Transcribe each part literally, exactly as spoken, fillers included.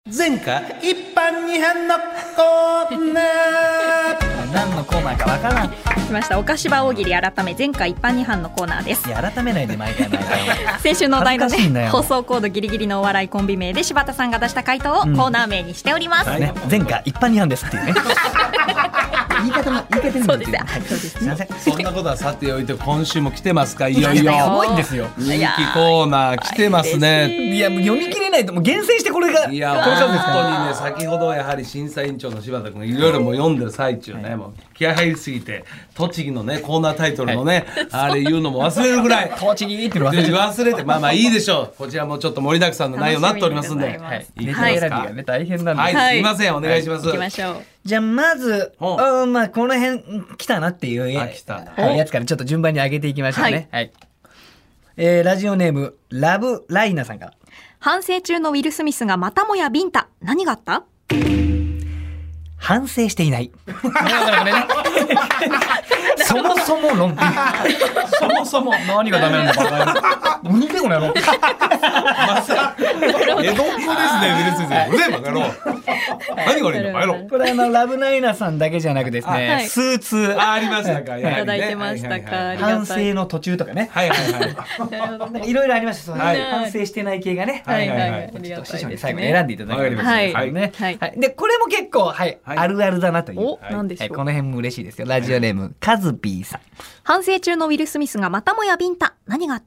前科一般二犯のコーナー。 何のコーナーかわからん。 来ました。おかしば大喜利改め前科一般二犯のコーナーです。 いや改めないで毎回毎回先週のお題の、ね、放放送コードギリギリのお笑いコンビ名で柴田さんが出した回答をコーナー名にしております、 うんね、前科一般二犯ですっていうね言い方も言い方もそうですよ、はい、そうです、 すいません。 そんなことはさておいて今週も来てますか。いよいよすごいんですよ。 人気コーナー来てますね。 いやもう読み切れないともう厳選してこれがいや本当にね、先ほどやはり審査委員長の柴田君がいろいろもう読んでる最中ね、はい、もう気合入りすぎて栃木のねコーナータイトルのね、はい、あれ言うのも忘れるぐらい栃木っていうの忘れて忘れてまあまあいいでしょう。こちらもちょっと盛りだくさんの内容になっておりますんで、 はい、 いいですか。はい、 選びがね大変なんで、 はい、すいません、お願いします。 行きましょう。 じゃあまず、あまあこの辺来たなっていうや来たやつからちょっと順番に上げていきましょうね。はい、はい、えー、ラジオネームラブライナさんから。 反省中のウィル・スミスがまたもやビンタ。何があった？ 反省していない。そもそも論そもそも何がダメなのか何でこの野郎まさ江戸っ子ですね。ウィル・スミスうぜえバカ野郎何が悪いのバカ野郎。 これあのラブナイナさんだけじゃなくですね、はい、スーツあ, ありましたか、 いただいてましたか。 反省の途中とかね、 はいはいはいいろいろありました。そう、はい、反省してない系がね、 はいはいはい、 ちょっと師匠に最後に選んでいただきました。 はいはいね、はいはい、でこれも結構、はいはい、あるあるだなという、 お、なんでしょう、 はい、この辺も嬉しいですよ。ラジオネーム、はい、カズピーさん。 反省中のウィル・スミスがまたもやビンタ。何があった？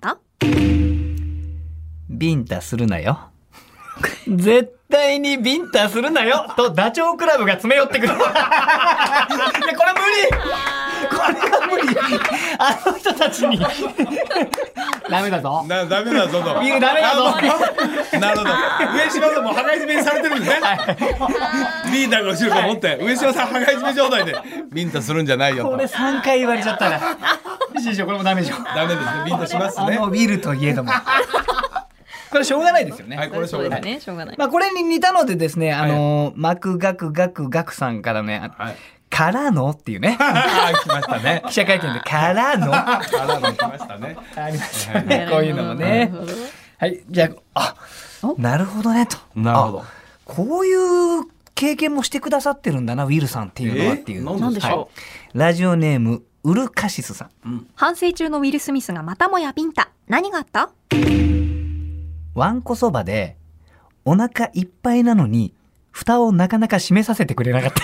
ビンタするなよ絶対にビンタするなよとダチョウ倶楽部が詰め寄ってくるいやこれ無理これは無理あの人たちにダメだぞなダメだぞとビールダメだぞなるほど。上島さんも羽交い締めにされてるんですね、はい、リーダーが後ろから持って、はい、上島さん羽交い締め状態でビンタするんじゃないよと。 これさんかい言われちゃったら師匠これもダメでしょ。 ダメですね。ビンタしますね。 あのビルといえどもこれしょうがないですよね。 はい、これしょうがない。 ね、しょうがない。 まあこれに似たのでですね、あのー、マクガクガクガクさんからね、はい、からのっていうね。 あ来ましたね。 記者会見でからの。 からの来ましたね。 ありましたね。こういうのもね。はい、じゃあ、あ、なるほどねと。 なるほど。 こういう経験もしてくださってるんだな、ウィルさんっていうのはっていう。 なんでしょう。ラジオネームウルカシスさん。 うん、反省中のウィル・スミスがまたもやビンタ。何があった？ わんこそばでお腹いっぱいなのに蓋をなかなか閉めさせてくれなかった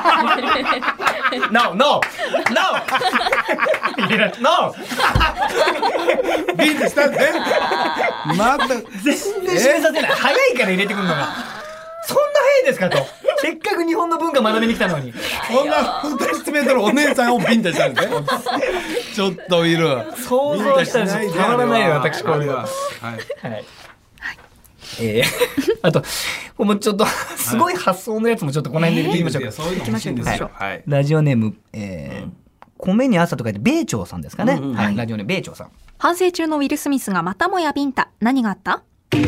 。No, no, no, no. ビンタしたんですね。また全然閉めさせない。早いから入れてくるのが。そんな早いですかと。せっかく日本の文化学びに来たのに。 そんな二つメートルお姉さんをビンタしたんですね。ちょっといる。 想像したらたまらないよ私これは。はい。はい。えー、あともうちょっとすごい発想のやつもちょっとこの辺で言ってみましょうか。 そういうの欲しいんですよ。はい。 ラジオネーム、えーうん、米に朝と書いて米朝さんですかね。うんうん、はい。ラジオネーム米朝さん。 反省中のウィル・スミスがまたもやビンタ。何があった？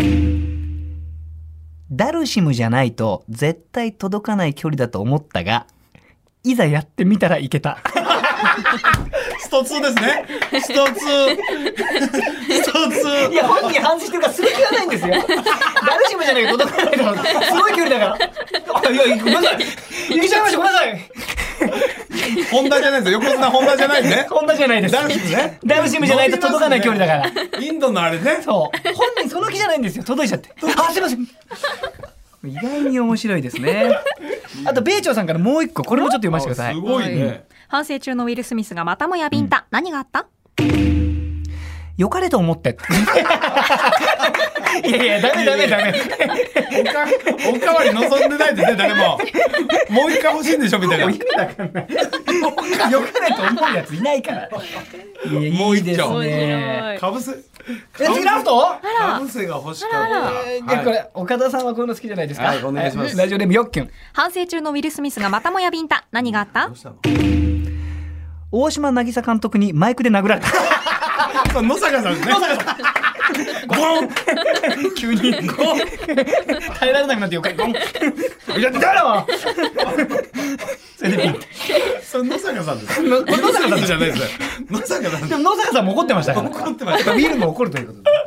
ダルシムじゃないと絶対届かない距離だと思ったが、いざやってみたらいけた。 ストツーですね。ストツー。ストツー。 いや本人反省してるからする気はないんですよ。ダルシムじゃないと届かないからすごい距離だから。あいやごめんなさい。行けちゃいました。ごめんなさい。 ホンダじゃないですよ。横綱ホンダじゃないですね。 ホンダじゃないです。 ダルシムね。 ダルシムじゃないと届かない距離だから。 インドのあれね。 そう本人その気じゃないんですよ。届いちゃって。あすいません。意外に面白いですね。あと米朝さんからもう一個これもちょっと読ませてください。 すごいね。 反省中のウィル・スミスがまたもやビンタ。うん、何があった？ よかれと思って。いやいやダメダメダメ。 おかおかわり望んでないですね誰も。もう一回欲しいんでしょみたいな。 よかれと思うやついないから。いやもう一丁。 かぶせ。 え次ラスト？ かぶせが欲しかった。 これ岡田さんはこういうの好きじゃないですか。 はいお願いします。 ラジオネームよっきゅん。 反省中のウィル・スミスがまたもやビンタ。何があった？ 大島渚監督にマイクで殴られた。 野坂さんですね。野坂さん。ゴン。 急にゴン。耐えられなくなってよかゴン。いや誰は。それでビンタ。 それ野坂さんです。野坂さんじゃないです。野坂さん。 でも野坂さんも怒ってましたから。 怒ってました。 ビルも怒るということで。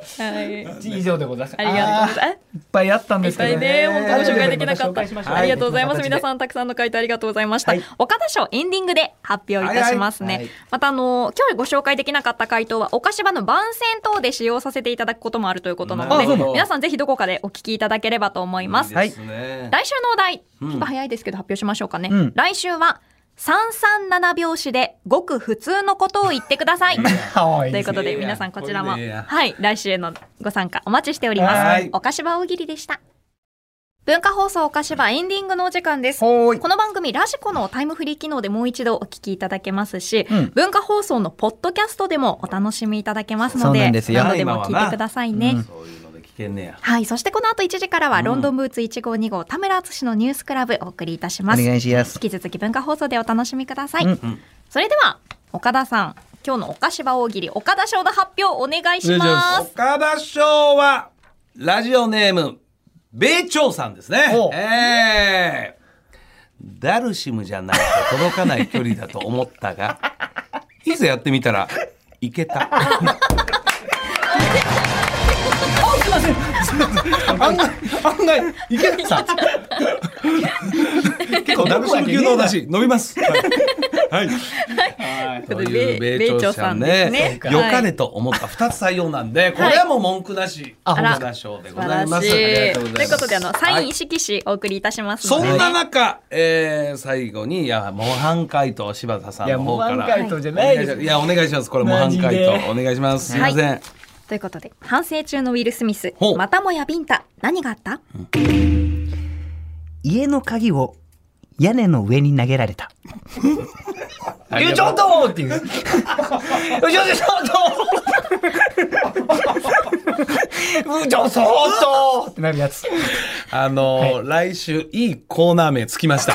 はい以上でございます。 ありがとうございます。 いっぱいあったんですけどいっぱいね、本当にご紹介できなかった。 また紹介しましょうありがとうございます。 はい皆さんたくさんの回答ありがとうございました。 はい岡田賞エンディングで発表いたしますね。 はいはいまたあの今日ご紹介できなかった回答は岡芝の番宣等で使用させていただくこともあるということなので、 なるほど皆さんぜひどこかでお聞きいただければと思います。 いいですね。 来週のお題、ちうんょっと早いですけど発表しましょうかね。 うん来週はさんさんなな拍子でごく普通のことを言ってください。 はいということでいいね皆さんこちらもこれねえやはい来週へのご参加お待ちしております。 はい岡芝大喜利でした。文化放送岡芝エンディングのお時間です。 ほーいこの番組ラジコのタイムフリー機能でもう一度お聞きいただけますし、 うん文化放送のポッドキャストでもお楽しみいただけますのそうなでんですよ何度でも聞いてくださいね。 うんそういうので聞けんねや。 はい、そしてこの後いちじからはうんロンドンブーツいちごうにごう田村敦のニュースクラブお送りいたします。 お願いします引き続き文化放送でお楽しみください。 うんうんそれでは岡田さん、今日の岡芝大喜利岡田賞の発表お願いします。 岡田賞はラジオネーム米朝さんですねお。 ええダルシムじゃないと届かない距離だと思ったがいざやってみたらいけた。案外案外いけた。結構ダルシム級のお出汁飲みます。はい。はいという米朝さんね、 はいよかれと思ったふたつ採用なんで、これはもう文句なし、 あ岡田賞でございます。 素晴らしいありがとうございますということであのサイン意識しお送りいたしますので、 そんな中、えー、最後にいや模範解答柴田さんの方からいや模範解答じゃないですいやお願いします。これ模範解マジで答お願いします。すいません。 はいということで反省中のウィル・スミスほうまたもやビンタ何があった？ 家の鍵を屋根の上に投げられた。 ありがとうちょっとっていう。ちょっとちょっとってなるやつ。 あのー来週いいコーナー名つきました。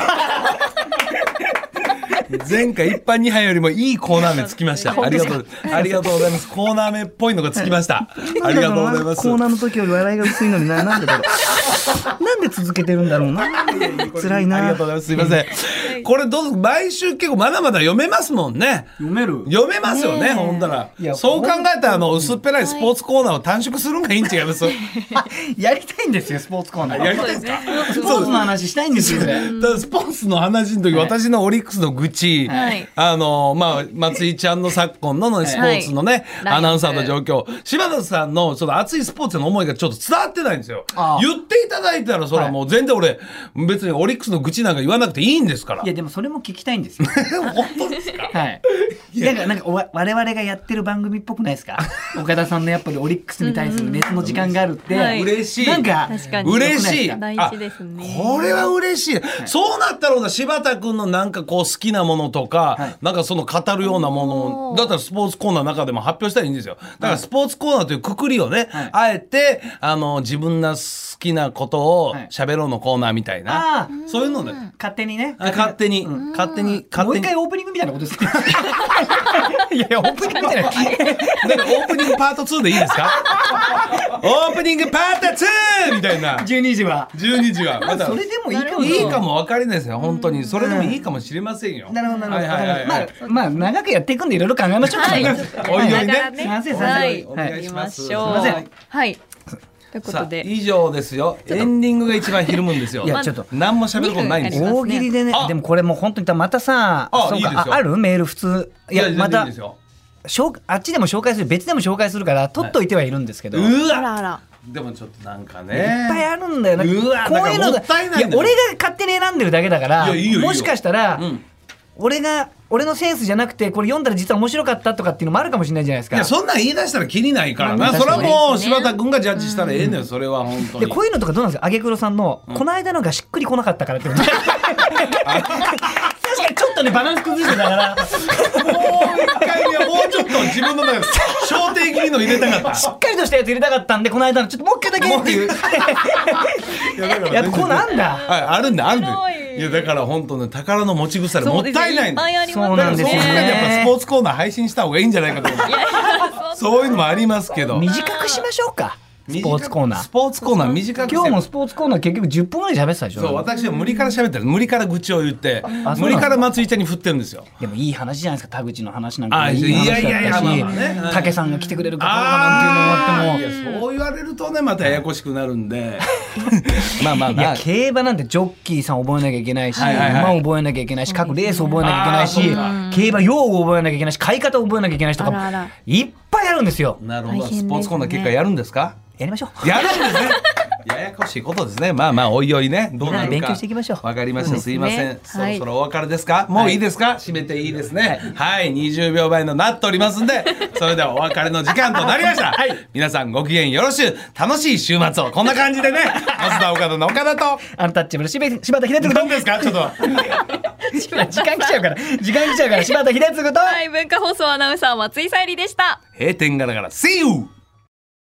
前回一般に杯よりもいいコーナー名つきました。ありがとうありがとうございます。コーナー名っぽいのがつきました。ありがとうございます。 コーナーの時より笑いが薄いのにな、なんでだろう。なんで続けてるんだろうな。辛いな。 ありがとうございます。すいません。これどうぞ毎週結構まだまだ読めますもんね。 読める。 読めますよね、ほんだらいやそう考えたらあの薄っぺらいスポーツコーナーを短縮するのがいいん違います？ やりたいんですよ、スポーツコーナー。 やりたいですか？ スポーツの話したいんですよ、ね。 だからスポーツの話の時、私のオリックスの愚痴、 はいあのまあ松井ちゃんの昨今のスポーツのね、 はいアナウンサーの状況、柴田さんのその熱いスポーツの思いがちょっと伝わってないんですよ。 ああ言っていただいたらそれはもう全然俺別にオリックスの愚痴なんか言わなくていいんですから。 いや、でもそれも聞きたいんですよ。 本当ですか？ はい。なんか、なんか、おわ我々がやってる番組っぽくないですか？岡田さんのやっぱりオリックスに対する熱の時間があるって。 はい嬉しい。 なんか、 確かに嬉しい。 大事ですね。 これは嬉しい、そうなったらな柴田君のなんかこう好きなものとか、 はいなんかその語るようなものおーだったらスポーツコーナーの中でも発表したらいいんですよ。だからスポーツコーナーというくくりをね、 はいあえてあの自分の好きなことをはい喋ろうのコーナーみたいな、 あそういうので、 あ、勝手にね。 あ勝手に、勝手にもう勝手に一回オープニングみたいなことですか？いやいや、オープニングじゃない。 なんかオープニングパートツーでいいですか？オープニングパートツーみたいなじゅうにじは。 じゅうにじはまたそれでもいいかも。 いいかも分かりないですよ本当に。それでもいいかもしれませんよ。 なるほど、なるほど。 はいはいはいはいまあ、まあ、長くやっていくんでいろいろ考えましょうか。 はい、 おいおいねだからすいませんすいませんはい、 お願いしますやりましょう。 すいませんはい。というこさあとで、 以上ですよ。エンディングが一番ひるむんですよ。 いやちょっと何も喋ることないんですよ。 大喜利でねあ、 でもこれもう本当にまたさ、そうか、 あいいですよああるメール普通。いや、またいいですよ。 紹あっちでも紹介する、別でも紹介するから、取っといてはいるんですけど。 ういっあわ。 らあら。 でもちょっとなんかぱいね。 あるんだよな。 うわこういうのだからもったいないんだよや俺が勝手に選んでるだけだから、 いやいいよいいよもしかしたら、 うん俺が、俺のセンスじゃなくて、これ読んだら実は面白かったとかっていうのもあるかもしれないじゃないですか。 いやそんなん言い出したらきりないからな。 まあそれはもう確かに柴田君がジャッジしたらええのよ。それは本当に。 でこういうのとかどうなんですか、あげくろさんの、この間のがしっくりこなかったからってこと確かにちょっとねバランス崩してたからもう一回ねもうちょっと自分の中で小定切りの入れたかっ。 しったかりとしたやつ入れたかったんで、この間のちょっともう一回だけっていういやだからやっぱこうなんだ。 はいあるんだあるんだ。 面白いいやだから本当ね宝の持ち腐れもったいないんだ。 そうですねいっぱいありますそうなんですよねそう考えてやっぱスポーツコーナー配信した方がいいんじゃないかと思う。そういうのもありますけど。 短くしましょうか。 スポーツコーナースポーツコーナー短くして今日もスポーツコーナー結局じゅっぷんぐらい喋ってたでしょ。 そう私は無理から喋ってる無理から愚痴を言ってあ無理から松井ちゃんに振ってるんですよ。 でもいい話じゃないですか。田口の話なんかあもいい話だったし、 いやいやいやまあまあね竹さんが来てくれるかどうかなんていうのもあっても、 いやそう言われるとねまたややこしくなるんでまあまあいまあや競馬なんてジョッキーさん覚えなきゃいけないし、 はいはいはい馬覚えなきゃいけないし、各レース覚えなきゃいけないし、 あ競馬用語覚えなきゃいけないし、買い方覚えなきゃいけないしとかあらあらいっぱいあるんですよ。 なるほど大変ですねスポーツコーナー結果やるんですか。 やりましょう。 やるんですねややこしいことですね。まあまあおいおいねどうなるか勉強していきましょう。 わかりました、すいません、 はいそろそろお別れですか。もういいですか、締めていいですね。はい、にじゅうびょうまえのなっておりますんでそれではお別れの時間となりました、はい、皆さんご機嫌よろしゅう楽しい週末をこんな感じでね松田岡田の岡田とアンタッチャブル柴柴田秀嗣と何ですかちょっと時間来ちゃうから時間来ちゃうから柴田秀嗣とはい、文化放送アナウンサー松井さゆりでした。 閉店ガラガラ See you